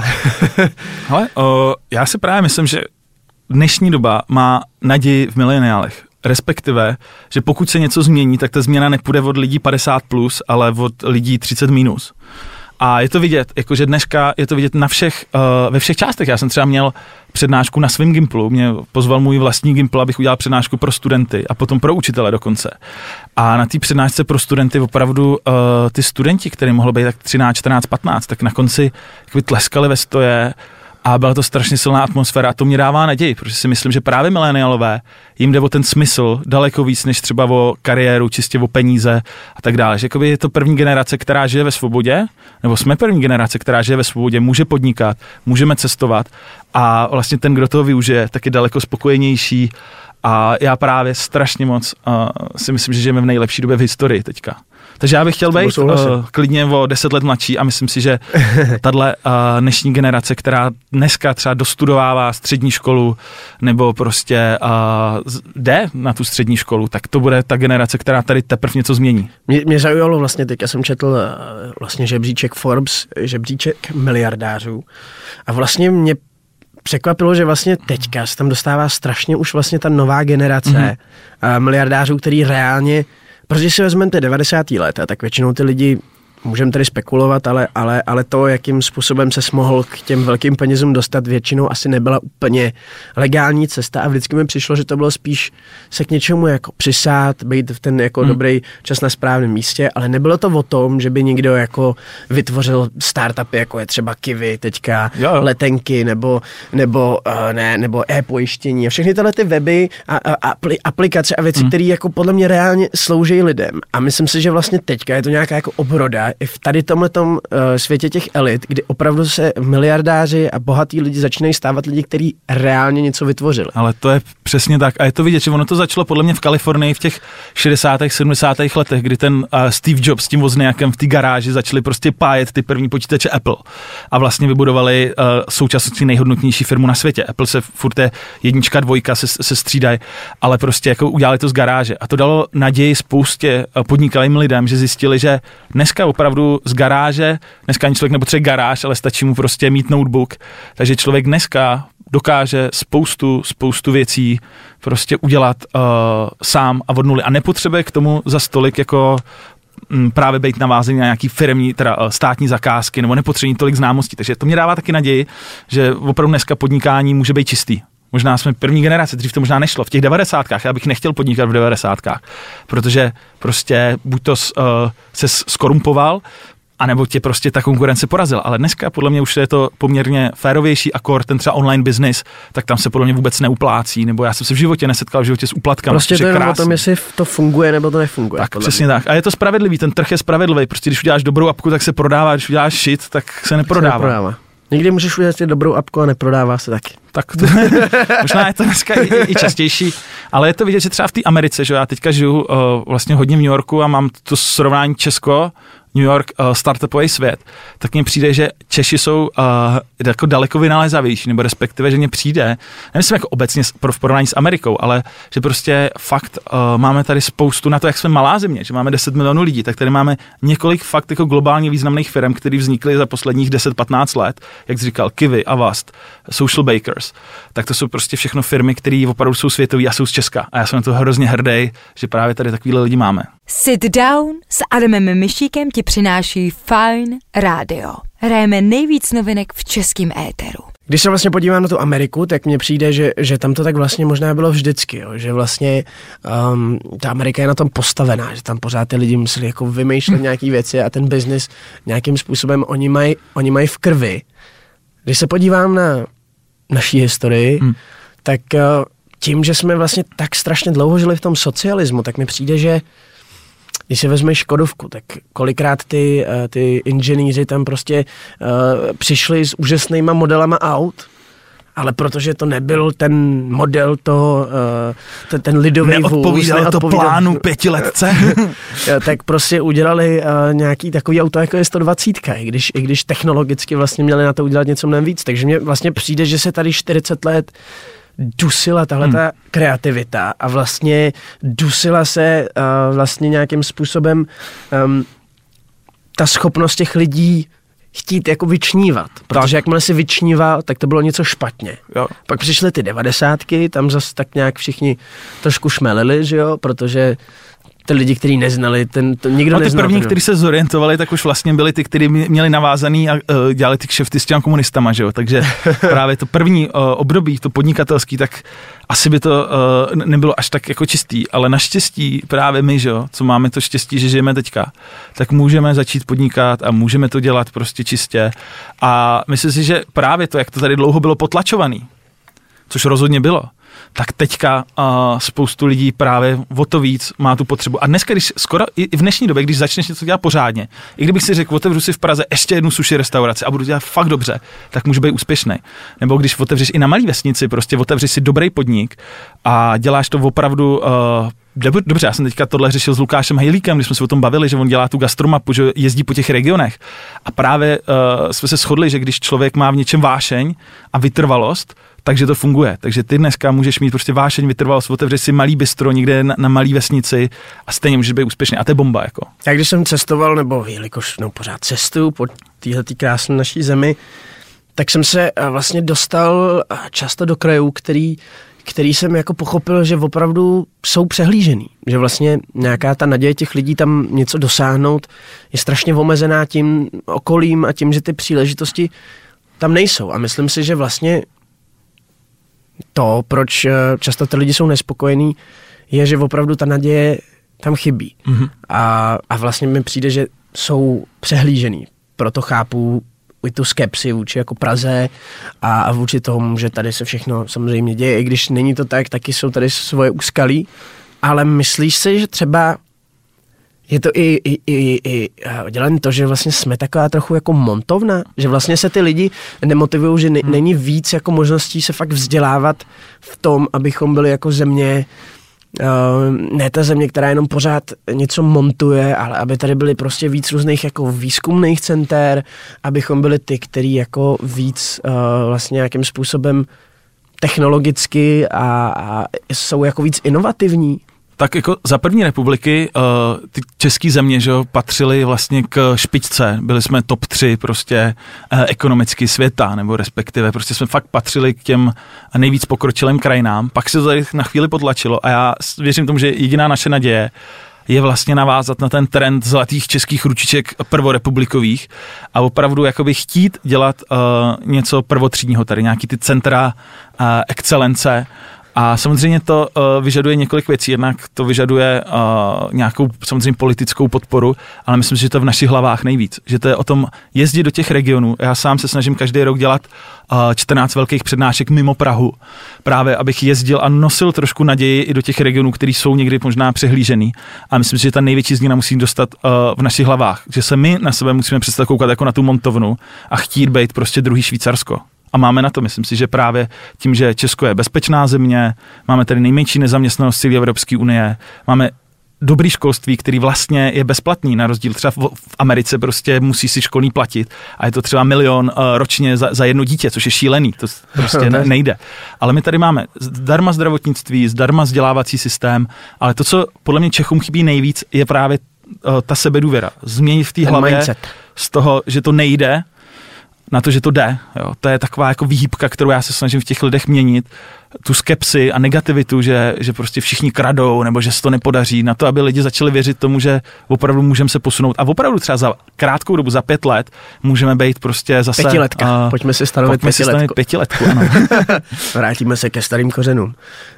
Ale já si právě myslím, že dnešní doba má naději v mileniálech. Respektive, že pokud se něco změní, tak ta změna nepůjde od lidí 50+, ale od lidí 30-. A je to vidět, jakože dneska je to vidět na ve všech částech. Já jsem třeba měl přednášku na svém Gimplu, mě pozval můj vlastní Gimpl, abych udělal přednášku pro studenty a potom pro učitele dokonce. A na té přednášce pro studenty opravdu ty studenti, který mohlo být tak 13, 14, 15, tak na konci tleskali ve stoje a byla to strašně silná atmosféra a to mě dává naději, protože si myslím, že právě mileniálové jim jde o ten smysl daleko víc, než třeba o kariéru, čistě o peníze a tak dále. Že je to první generace, která žije ve svobodě, nebo jsme první generace, která žije ve svobodě, může podnikat, můžeme cestovat a vlastně ten, kdo toho využije, tak je daleko spokojenější a já právě strašně moc si myslím, že žijeme v nejlepší době v historii teďka. Takže já bych chtěl být klidně o 10 let mladší a myslím si, že tahle dnešní generace, která dneska třeba dostudovává střední školu nebo prostě jde na tu střední školu, tak to bude ta generace, která tady teprve něco změní. Mě zaujalo vlastně, teď já jsem četl vlastně žebříček Forbes, žebříček miliardářů a vlastně mě překvapilo, že vlastně teďka se tam dostává strašně už vlastně ta nová generace miliardářů, který reálně, protože si vezmete 90. léta, tak většinou ty lidi, můžeme tady spekulovat, ale to, jakým způsobem se mohl k těm velkým penězům dostat, většinou asi nebyla úplně legální cesta a vždycky mi přišlo, že to bylo spíš se k něčemu jako přisát, být v ten jako dobrý čas na správném místě, ale nebylo to o tom, že by někdo jako vytvořil startupy, jako je třeba Kiwi teďka, letenky nebo e-pojištění a všechny tyhle ty weby a aplikace a věci, které jako podle mě reálně slouží lidem. A myslím si, že vlastně teďka je to nějaká jako obroda i v tady tomhletom světě těch elit, kdy opravdu se miliardáři a bohatí lidi začínají stávat lidi, kteří reálně něco vytvořili. Ale to je přesně tak. A je to vidět, že ono to začalo podle mě v Kalifornii v těch 60. 70. letech, kdy ten Steve Jobs s tím Wozniakem v té garáži začali prostě pájet ty první počítače Apple. A vlastně vybudovali současně nejhodnotnější firmu na světě. Apple se furt je 1, 2 se střídají, ale prostě jako udělali to z garáže. A to dalo naději spoustě podnikalým lidem, že zjistili, že dneska opravdu z garáže, dneska ani člověk nepotřebuje garáž, ale stačí mu prostě mít notebook, takže člověk dneska dokáže spoustu věcí prostě udělat sám a od nuly a nepotřebuje k tomu za stolik jako právě být navázaný na nějaký firemní, teda státní zakázky nebo nepotřebuje tolik známostí, takže to mě dává taky naději, že opravdu dneska podnikání může být čistý. Možná jsme první generace, dřív to možná nešlo. V těch 90kách, já bych nechtěl podnikat v 90kách, protože prostě buď to se skorumpoval, anebo tě prostě ta konkurence porazila. Ale dneska podle mě už je to poměrně férovější akord, ten třeba online business, tak tam se podle mě vůbec neuplácí, nebo já jsem se v životě nesetkal s úplatkami. Prostě to je jenom o tom, jestli to funguje nebo to nefunguje. Tak přesně tak. A je to spravedlivý, ten trh je spravedlivý. Prostě když uděláš dobrou apku, tak se prodává, když uděláš shit, tak se neprodává. Někdy můžeš udělat dobrou apku a neprodává se taky. Tak to, možná je to dneska i častější, ale je to vidět, že třeba v té Americe, že já teďka žiju vlastně hodně v New Yorku a mám to srovnání Česko, New York, startupový svět, tak mně přijde, že Češi jsou jako daleko vynalézavější, nebo respektive, že mně přijde, nemyslím jako obecně v porovnání s Amerikou, ale že prostě fakt máme tady spoustu na to, jak jsme malá země, že máme 10 milionů lidí, tak tady máme několik fakt jako globálně významných firm, které vznikly za posledních 10-15 let, jak jsi říkal, Kiwi, Avast, Social Bakers, tak to jsou prostě všechno firmy, které opravdu jsou světové a jsou z Česka. A já jsem na to hrozně hrdý, že právě tady takovýhle lidi máme. Sit Down s Adamem Mišíkem ti přináší Fajn rádio. Hrajeme nejvíc novinek v českém éteru. Když se vlastně podívám na tu Ameriku, tak mně přijde, že tam to tak vlastně možná bylo vždycky, jo? Že vlastně ta Amerika je na tom postavená, že tam pořád ty lidi museli jako vymýšlet nějaký věci a ten biznis nějakým způsobem oni mají v krvi. Když se podívám na naší historii, tak tím, že jsme vlastně tak strašně dlouho žili v tom socialismu, tak mi přijde, že když si vezmeš Škodovku, tak kolikrát ty inženýři tam prostě přišli s úžasnýma modelama aut ale protože to nebyl ten model toho, ten lidový vůz. Neodpovídalo to plánu pětiletce. Tak prostě udělali nějaký takový auto, jako je 120, i když technologicky vlastně měli na to udělat něco mnohem víc. Takže mně vlastně přijde, že se tady 40 let dusila tahleta kreativita a vlastně dusila se vlastně nějakým způsobem ta schopnost těch lidí chtít jako vyčnívat, protože jakmile si vyčníval, tak to bylo něco špatně. Jo. Pak přišly ty 90, tam zase tak nějak všichni trošku šmelili, že jo, protože ty lidi, kteří neznali, nikdo neznal. Ty první, kteří se zorientovali, tak už vlastně byli ty, kteří měli navázaný a dělali ty kšefty s těmi komunistama, že jo, takže právě to první období, to podnikatelský, tak asi by to nebylo až tak jako čistý, ale naštěstí právě my, že jo, co máme to štěstí, že žijeme teďka, tak můžeme začít podnikat a můžeme to dělat prostě čistě a myslím si, že právě to, jak to tady dlouho bylo potlačovaný, což rozhodně bylo, tak teďka spoustu lidí právě o to víc má tu potřebu. A dneska, když skoro i v dnešní době, když začneš něco dělat pořádně, i kdybych si řekl, otevřu si v Praze ještě jednu sushi restauraci a budu dělat fakt dobře, tak můžu být úspěšný. Nebo když otevřeš i na malý vesnici, prostě otevřeš si dobrý podnik a děláš to opravdu dobře, já jsem teďka tohle řešil s Lukášem Hejlíkem, když jsme se o tom bavili, že on dělá tu gastromapu, že jezdí po těch regionech. A právě jsme se shodli, že když člověk má v něčem vášeň a vytrvalost, takže to funguje. Takže ty dneska můžeš mít prostě vášeň, vytrvalost, otevřeš si malý bistro někde na malý vesnici a stejně můžeš být úspěšný. A to je bomba, jako. Já když jsem cestoval, nebo jelikož pořád cestuju po téhletý krásné naší zemi, tak jsem se vlastně dostal často do krajů, který jsem jako pochopil, že opravdu jsou přehlížený. Že vlastně nějaká ta naděje těch lidí tam něco dosáhnout je strašně omezená tím okolím a tím, že ty příležitosti tam nejsou. A myslím si, že vlastně to, proč často ty lidi jsou nespokojení, je, že opravdu ta naděje tam chybí. Mm-hmm. A vlastně mi přijde, že jsou přehlížený. Proto chápu i tu skepsi vůči jako Praze a vůči tomu, že tady se všechno samozřejmě děje. I když není to tak, taky jsou tady svoje úskalí. Ale myslíš si, že třeba je to i dělané to, že vlastně jsme taková trochu jako montovna, že vlastně se ty lidi nemotivují, že není víc jako možností se fakt vzdělávat v tom, abychom byli jako země, ne ta země, která jenom pořád něco montuje, ale aby tady byly prostě víc různých jako výzkumných center, abychom byli ty, který jako víc vlastně nějakým způsobem technologicky a jsou jako víc inovativní. Tak jako za první republiky ty české země, že jo, patřily vlastně k špičce. Byli jsme top 3 prostě ekonomicky světa, nebo respektive prostě jsme fakt patřili k těm nejvíc pokročilým krajinám. Pak se to tady na chvíli potlačilo a já věřím tomu, že jediná naše naděje je vlastně navázat na ten trend zlatých českých ručiček prvorepublikových a opravdu jakoby chtít dělat něco prvotřídního tady, nějaký ty centra excelence. A samozřejmě to vyžaduje několik věcí. Jednak to vyžaduje nějakou samozřejmě politickou podporu, ale myslím si, že to je v našich hlavách nejvíc. Že to je o tom jezdit do těch regionů. Já sám se snažím každý rok dělat 14 velkých přednášek mimo Prahu. Právě abych jezdil a nosil trošku naději i do těch regionů, které jsou někdy možná přehlížený. A myslím si, že ta největší změna musí dostat v našich hlavách. Že se my na sebe musíme přestat koukat jako na tu montovnu a chtít být prostě druhý Švýcarsko. A máme na to, myslím si, že právě tím, že Česko je bezpečná země, máme tady nejmenší nezaměstnanost celé Evropské unie, máme dobrý školství, který vlastně je bezplatný, na rozdíl třeba v Americe prostě musí si školní platit a je to třeba 1 milion ročně za jedno dítě, což je šílený, to prostě nejde. Ale my tady máme zdarma zdravotnictví, zdarma vzdělávací systém, ale to, co podle mě Čechům chybí nejvíc, je právě ta sebedůvěra. Změnit v té hlavě mindset. Z toho, že to nejde, na to, že to jde. Jo. To je taková jako výhybka, kterou já se snažím v těch lidech měnit. Tu skepsi a negativitu, že prostě všichni kradou, nebo že se to nepodaří, na to, aby lidi začali věřit tomu, že opravdu můžeme se posunout. A opravdu třeba za krátkou dobu, za 5 let, můžeme být prostě zase... 5letka. Pojďme si stanovit 5letku, ano. Vrátíme se ke starým kořenům.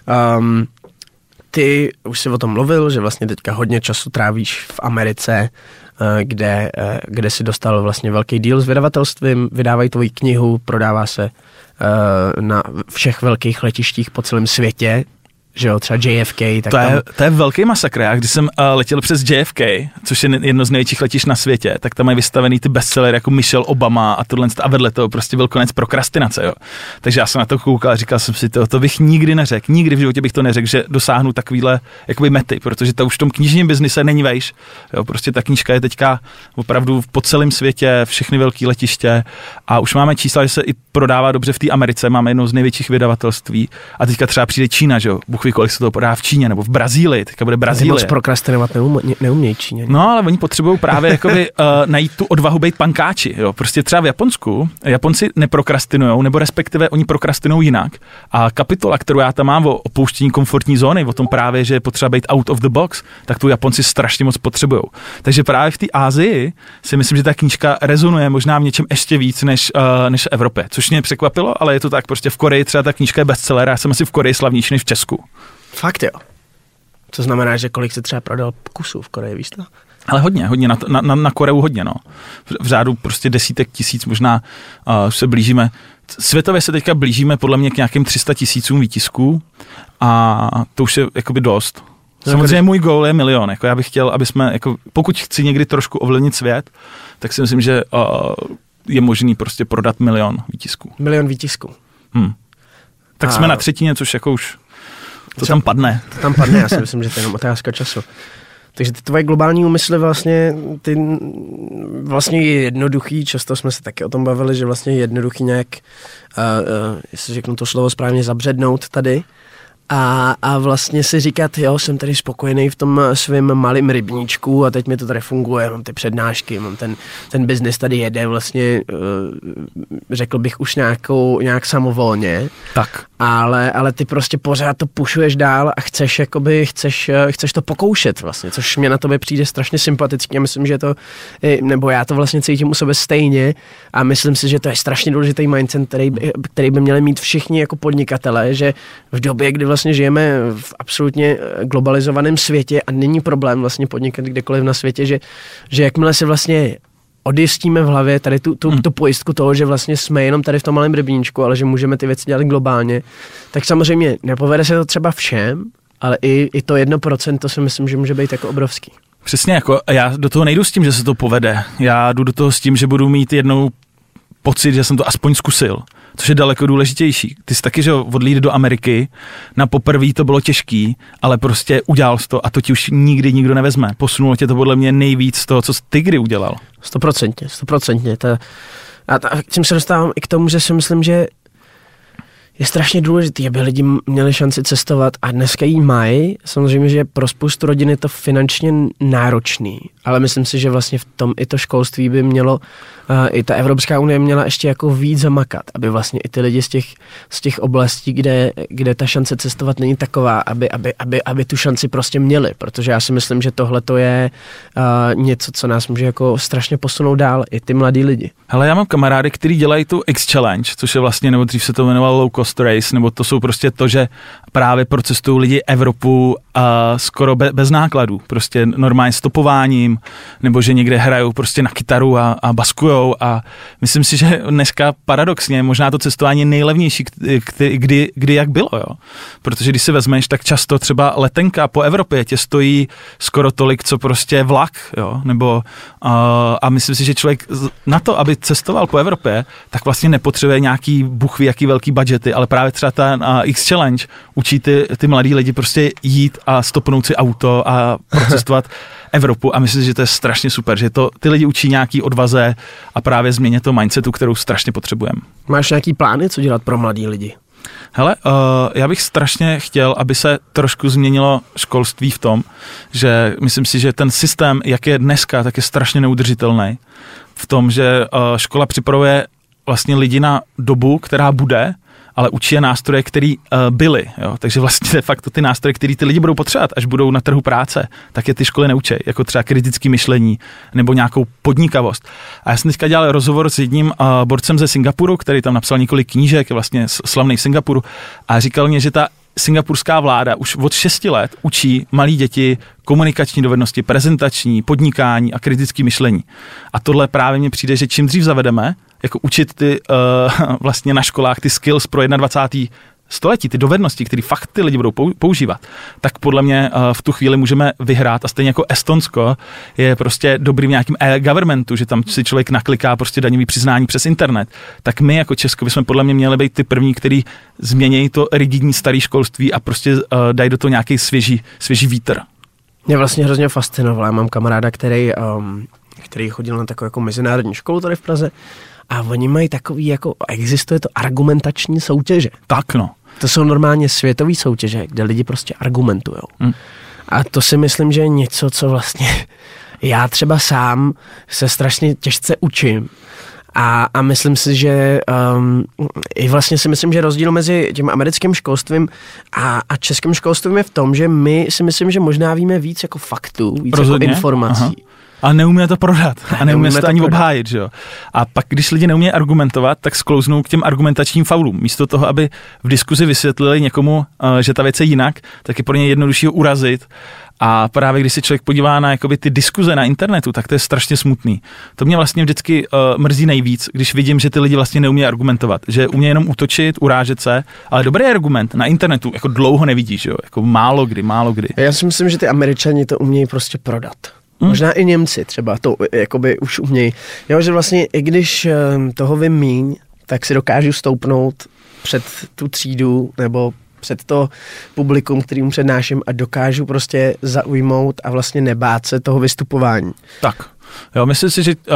Ty už jsi o tom mluvil, že vlastně teďka hodně času trávíš v Americe, kde si dostal vlastně velký deal s vydavatelstvím, vydávají tvoji knihu, prodává se na všech velkých letištích po celém světě. že jo, třeba JFK. Tak to je velký masakr. Já když jsem letěl přes JFK, což je jedno z největších letišť na světě, tak tam mají vystavený ty bestsellery jako Michelle Obama a tohle a vedle toho prostě byl konec prokrastinace, jo. Takže já jsem na to koukal a říkal jsem si to bych nikdy neřekl, nikdy v životě bych to neřekl, že dosáhnu takovýhle jakoby mety, protože to už v tom knižním biznise není vejš. Jo, prostě ta knížka je teďka opravdu po celém světě, všechny velké letiště a už máme čísla, že se i prodává dobře v té Americe, máme jedno z největších vydavatelství a teďka třeba přijde Čína, že jo. Bůh ví, kolik se to prodá v Číně nebo v Brazílii, teďka bude Brazílie. Moc prokrastinovat neumějí Číňani. No, ale oni potřebují právě jakoby najít tu odvahu být pankáči, jo. Prostě třeba v Japonsku, Japonci neprokrastinujou, nebo respektive oni prokrastinují jinak. A kapitola, kterou já tam mám o opouštění komfortní zóny, o tom právě, že je potřeba být out of the box, tak tu Japonci strašně moc potřebují. Takže právě v té Asii si myslím, že ta knížka rezonuje možná v něčem ještě víc než v Evropě, což mě překvapilo, ale je to tak, prostě v Koreji třeba ta knížka je bestseller, já jsem asi v Koreji slavnější než v Česku. Fakt jo. To znamená, že kolik se třeba prodal kusů v Koreji, víš to? Ale hodně na Koreu hodně, no. V řádu prostě desítek tisíc, možná se blížíme. Světově se teďka blížíme podle mě k nějakým 300 000 výtisků a to už je jakoby dost. Samozřejmě můj goal je 1 milion, jako já bych chtěl, aby jsme, jako, pokud chci někdy trošku ovlivnit svět, tak si myslím, že je možný prostě prodat 1 milion výtisků. 1 milion výtisků. Tak jsme na třetině, což jako už to tam padne. To tam padne, já si myslím, že to je jenom otázka času. Takže ty tvoje globální úmysly vlastně je jednoduchý, často jsme se taky o tom bavili, že vlastně je jednoduchý nějak, jestli řeknu to slovo správně, zabřednout tady a vlastně si říkat, jo, jsem tady spokojený v tom svém malém rybníčku a teď mi to tady funguje, mám ty přednášky, mám ten biznis tady jede vlastně, řekl bych už nějak samovolně. Tak. Ale ty prostě pořád to pušuješ dál a chceš to pokoušet vlastně, což mě na tobě přijde strašně sympatický a myslím, že to, nebo já to vlastně cítím u sebe stejně a myslím si, že to je strašně důležitý mindset, který by měli mít všichni jako podnikatelé, že v době, kdy vlastně žijeme v absolutně globalizovaném světě a není problém vlastně podnikat kdekoliv na světě, že jakmile si vlastně odjistíme v hlavě tady tu pojistku toho, že vlastně jsme jenom tady v tom malém rybníčku, ale že můžeme ty věci dělat globálně, tak samozřejmě nepovede se to třeba všem, ale i to 1%, to si myslím, že může být jako obrovský. Přesně, jako já do toho nejdu s tím, že se to povede. Já jdu do toho s tím, že budu mít jednou pocit, že jsem to aspoň zkusil, což je daleko důležitější. Ty jsi taky, že odlít do Ameriky, na poprvé to bylo těžký, ale prostě udělal jsi to a to ti už nikdy nikdo nevezme. Posunulo tě to podle mě nejvíc z toho, co jsi ty kdy udělal. 100%. A tím se dostávám i k tomu, že si myslím, že je strašně důležitý, aby lidi měli šanci cestovat a dneska jí mají. Samozřejmě, že pro spoustu rodin je to finančně náročný, ale myslím si, že vlastně v tom i to školství by mělo, i ta Evropská unie měla ještě jako víc zamakat, aby vlastně i ty lidi z těch oblastí, kde ta šance cestovat není taková, aby tu šanci prostě měli, protože já si myslím, že tohle to je něco, co nás může jako strašně posunout dál, i ty mladí lidi. Hele, já mám kamarády, kteří dělají tu X-Challenge, což je vlastně, nebo dřív se to jmenovalo low cost race, nebo to jsou prostě to, že právě procestují lidi Evropu skoro bez nákladů, prostě normálně stopováním, nebo že někde hrajou prostě na kytaru a baskujou a myslím si, že dneska paradoxně možná to cestování je nejlevnější, kdy jak bylo, jo. Protože když si vezmeš, tak často třeba letenka po Evropě tě stojí skoro tolik, co prostě vlak, jo, nebo a myslím si, že člověk na to, aby cestoval po Evropě, tak vlastně nepotřebuje nějaký buchví, jaký velký budgety, ale právě třeba ta X-Challenge učí ty mladí lidi prostě jít a stopnout si auto a procestovat Evropu a myslím si, že to je strašně super, že to ty lidi učí nějaký odvaze a právě změně to mindsetu, kterou strašně potřebujeme. Máš nějaký plány, co dělat pro mladí lidi? Hele, já bych strašně chtěl, aby se trošku změnilo školství v tom, že myslím si, že ten systém, jak je dneska, tak je strašně neudržitelný. V tom, že škola připravuje vlastně lidi na dobu, která bude, ale učí je nástroje, které byly. Jo? Takže vlastně de facto ty nástroje, které ty lidi budou potřebovat, až budou na trhu práce, tak je ty školy neučí, jako třeba kritické myšlení nebo nějakou podnikavost. A já jsem teďka dělal rozhovor s jedním borcem ze Singapuru, který tam napsal několik knížek, je vlastně slavný v Singapuru, a říkal mě, že ta singapurská vláda už od 6 let učí malí děti komunikační dovednosti, prezentační, podnikání a kritické myšlení. A tohle právě mně přijde, že čím dřív zavedeme, jako učit ty vlastně na školách ty skills pro 21. století, ty dovednosti, které fakt ty lidi budou používat, tak podle mě v tu chvíli můžeme vyhrát a stejně jako Estonsko je prostě dobrý v nějakým e-governmentu, že tam si člověk nakliká prostě daňový přiznání přes internet, tak my jako Česko bychom podle mě měli být ty první, který změní to rigidní staré školství a prostě dají do toho nějaký svěží vítr. Mě vlastně hrozně fascinovalo. Já mám kamaráda, který chodil na takovou jako mezinárodní školu tady v Praze a oni mají takový, jako existuje to argumentační soutěže. Tak no. To jsou normálně světové soutěže, kde lidi prostě argumentujou. A to si myslím, že je něco, co vlastně já třeba sám se strašně těžce učím. A myslím si, že i vlastně si myslím, že rozdíl mezi tím americkým školstvím a českým školstvím je v tom, že my si myslím, že možná víme víc jako faktů, víc rozhodně? Jako informací. Aha. A neumíme to prodat. A neumíme to ani obhájit, že jo. A pak, když lidi neumějí argumentovat, tak sklouznou k těm argumentačním faulům. Místo toho, aby v diskuzi vysvětlili někomu, že ta věc je jinak, tak je pro ně jednodušší ho urazit. A právě když se člověk podívá na jakoby ty diskuze na internetu, tak to je strašně smutný. To mě vlastně vždycky mrzí nejvíc, když vidím, že ty lidi vlastně neumí argumentovat, že umějí jenom útočit, urážet se, ale dobrý argument na internetu jako dlouho nevidíš, jo, jako málo kdy. Já si myslím, že ty Američani to umějí prostě prodat. Možná i Němci třeba to jakoby už umějí. Jo, že vlastně i když toho vím míň, tak si dokážu stoupnout před tu třídu nebo před to publikum, kterým přednáším a dokážu prostě zaujmout a vlastně nebát se toho vystupování. Tak, jo, myslím si, že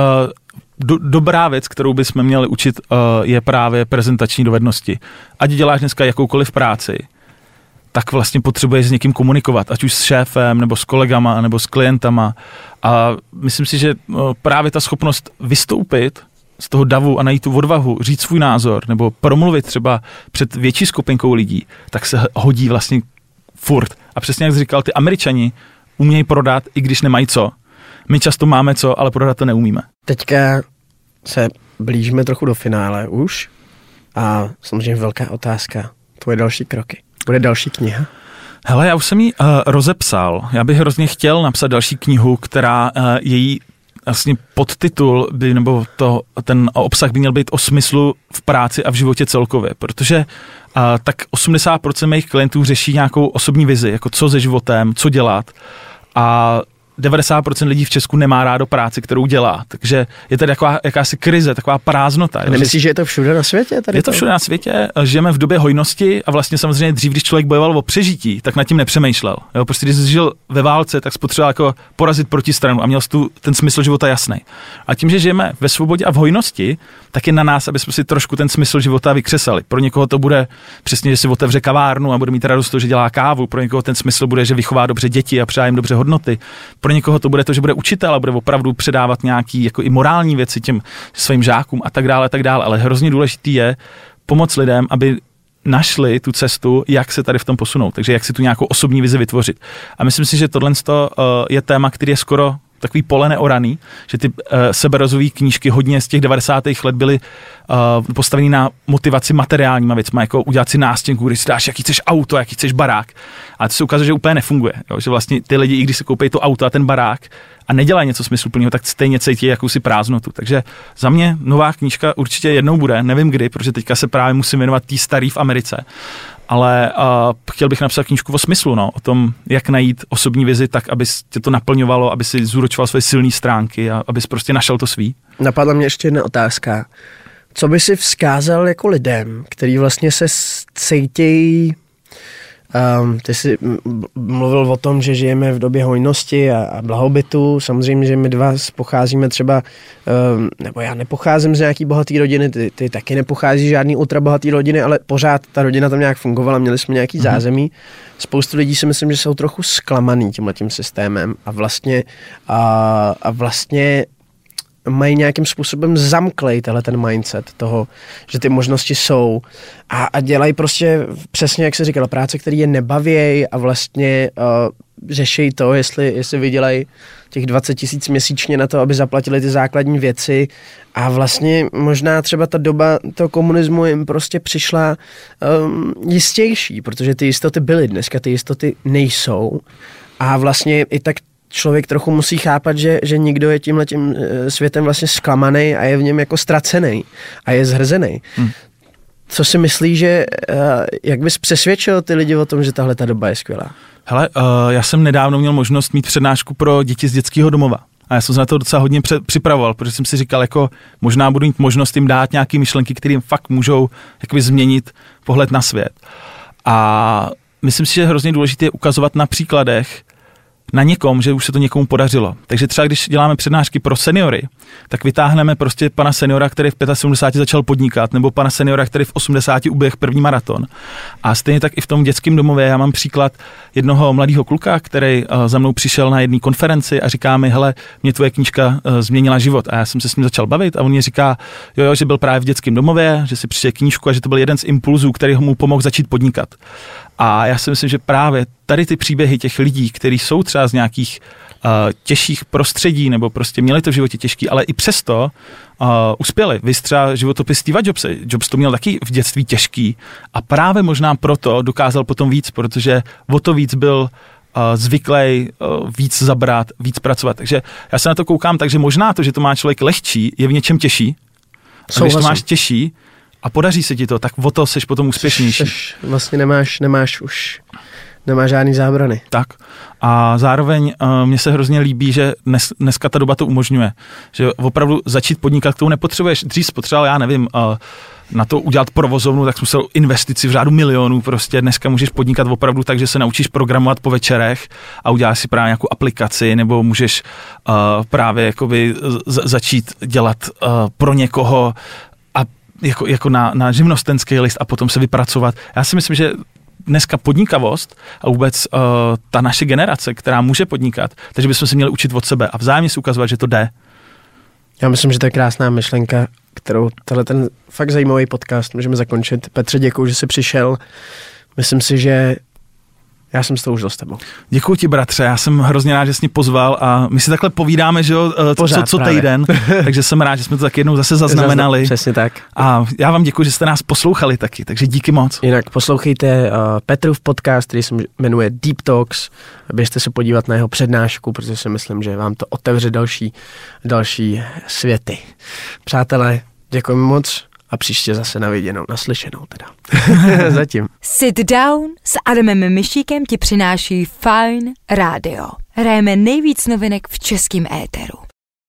dobrá věc, kterou bychom měli učit, je právě prezentační dovednosti. Ať děláš dneska jakoukoliv práci, tak vlastně potřebuješ s někým komunikovat, ať už s šéfem, nebo s kolegama, nebo s klientama. A myslím si, že právě ta schopnost vystoupit z toho davu a najít tu odvahu, říct svůj názor, nebo promluvit třeba před větší skupinkou lidí, tak se hodí vlastně furt. A přesně jak jsi říkal, ty Američani umějí prodat, i když nemají co. My často máme co, ale prodat to neumíme. Teďka se blížíme trochu do finále už a samozřejmě velká otázka. Tvoje další kroky. Bude další kniha? Hele, já už jsem ji rozepsal. Já bych hrozně chtěl napsat další knihu, která její vlastně podtitul by, nebo ten obsah by měl být o smyslu v práci a v životě celkově, protože tak 80% mých klientů řeší nějakou osobní vizi, jako co se životem, co dělat a 90% lidí v Česku nemá rádo práci, kterou dělá, takže je tady jakási krize, taková prázdnota. Nemyslíš, že je to všude na světě? Je to všude na světě, žijeme v době hojnosti a vlastně samozřejmě dřív, když člověk bojoval o přežití, tak nad tím nepřemýšlel. Jo, prostě když jsi žil ve válce, tak spotřeboval jako porazit protistranu a měl jsi tu ten smysl života jasný. A tím, že žijeme ve svobodě a v hojnosti, tak je na nás, aby jsme si trošku ten smysl života vykřesali. Pro někoho to bude přesně, že si otevře kavárnu a bude mít radost to, že dělá kávu, pro někoho ten smysl bude, že vychová dobře děti a přidá jim dobře hodnoty. Pro někoho to bude to, že bude učitel a bude opravdu předávat nějaký jako i morální věci těm svým žákům a tak dále, ale hrozně důležitý je pomoct lidem, aby našli tu cestu, jak se tady v tom posunout, takže jak si tu nějakou osobní vizi vytvořit. A myslím si, že tohle je téma, který je skoro takový pole neoraný, že ty seberozvojové knížky hodně z těch 90. let byly postavený na motivaci materiálníma věcma, jako udělat si nástěnku, když si dáš, jaký chceš auto, jaký chceš barák. A to se ukazuje, že úplně nefunguje. Jo? Že vlastně ty lidi, i když si koupí to auto a ten barák a nedělají něco smysluplného, tak stejně cítí jakousi prázdnotu. Takže za mě nová knížka určitě jednou bude, nevím kdy, protože teďka se právě musím věnovat tý starý v Americe. Ale chtěl bych napsat knížku o smyslu, o tom, jak najít osobní vizi tak, aby tě to naplňovalo, aby si zúročoval své silné stránky a abys prostě našel to svý. Napadla mě ještě jedna otázka. Co by si vzkázal jako lidem, který vlastně se cítějí, ty jsi mluvil o tom, že žijeme v době hojnosti a blahobytu, samozřejmě, že my dva pocházíme třeba, nebo já nepocházím z nějaký bohatý rodiny, ty taky nepochází z žádný ultrabohatý rodiny, ale pořád ta rodina tam nějak fungovala, měli jsme nějaký zázemí. Spoustu lidí si myslím, že jsou trochu zklamaný tímhletím systémem a vlastně mají nějakým způsobem zamklej ten mindset toho, že ty možnosti jsou a dělají prostě přesně, jak se říkala, práce, které je nebavějí a vlastně řeší to, jestli vydělají těch 20 000 měsíčně na to, aby zaplatili ty základní věci a vlastně možná třeba ta doba toho komunismu jim prostě přišla jistější, protože ty jistoty byly, dneska ty jistoty nejsou a vlastně i tak člověk trochu musí chápat, že někdo je tímhletím světem vlastně zklamaný a je v něm jako ztracený a je zhrzený. co si myslíš, že jak bys přesvědčil ty lidi o tom, že tahle ta doba je skvělá? Hele, já jsem nedávno měl možnost mít přednášku pro děti z dětského domova. A já jsem se na to docela hodně připravoval, protože jsem si říkal, jako možná budu mít možnost jim dát nějaké myšlenky, které jim fakt můžou jakoby změnit pohled na svět. A myslím si, že je hrozně důležité ukazovat na příkladech na někom, že už se to někomu podařilo. Takže třeba když děláme přednášky pro seniory, tak vytáhneme prostě pana seniora, který v 75 začal podnikat, nebo pana seniora, který v 80 uběh první maraton. A stejně tak i v tom dětském domově já mám příklad jednoho mladého kluka, který za mnou přišel na jedné konferenci a říká mi, hele, mě tvoje knížka změnila život. A já jsem se s ním začal bavit a on mě říká, jo, že byl právě v dětském domově, že si přišel knížku a že to byl jeden z impulzů, který mu pomohl začít podnikat. A já si myslím, že právě tady ty příběhy těch lidí, kteří jsou třeba z nějakých těžších prostředí nebo prostě měli to v životě těžký, ale i přesto uspěli. Vy třeba životopis Steva Jobse. Jobs to měl taky v dětství těžký a právě možná proto dokázal potom víc, protože o to víc byl zvyklý víc zabrat, víc pracovat. Takže já se na to koukám tak, že možná to, že to má člověk lehčí, je v něčem těžší. A když to máš těžší a podaří se ti to, tak o to seš potom úspěšnější. Vlastně nemáš žádný zábrany. Tak. A zároveň mně se hrozně líbí, že dneska ta doba to umožňuje. Že opravdu začít podnikat, k tomu nepotřebuješ. Dřív spotřeboval, já nevím, na to udělat provozovnu, tak jsem musel investici v řádu milionů. Prostě dneska můžeš podnikat opravdu tak, že se naučíš programovat po večerech a uděláš si právě nějakou aplikaci, nebo můžeš právě jakoby začít dělat pro někoho a jako na živnostenský list a potom se vypracovat. Já si myslím, že dneska podnikavost a vůbec ta naše generace, která může podnikat, takže bychom se měli učit od sebe a vzájemně si ukazovat, že to jde. Já myslím, že to je krásná myšlenka, kterou ten fakt zajímavý podcast můžeme zakončit. Petře, děkuju, že jsi přišel. Myslím si, že já jsem s tou užil s tebou. Děkuji ti, bratře, já jsem hrozně rád, že jsi mě pozval a my si takhle povídáme, že jo, co týden, takže jsem rád, že jsme to tak jednou zase zaznamenali. Přesně tak. A já vám děkuji, že jste nás poslouchali taky, takže díky moc. Jinak poslouchejte Petrův podcast, který se jmenuje Deep Talks, běžte se podívat na jeho přednášku, protože si myslím, že vám to otevře další světy. Přátelé, děkujeme moc. A příště zase na viděnou, naslyšenou teda. Zatím. Sit Down s Adamem Mišíkem ti přináší Fajn rádio. Hrajeme nejvíc novinek v českém éteru.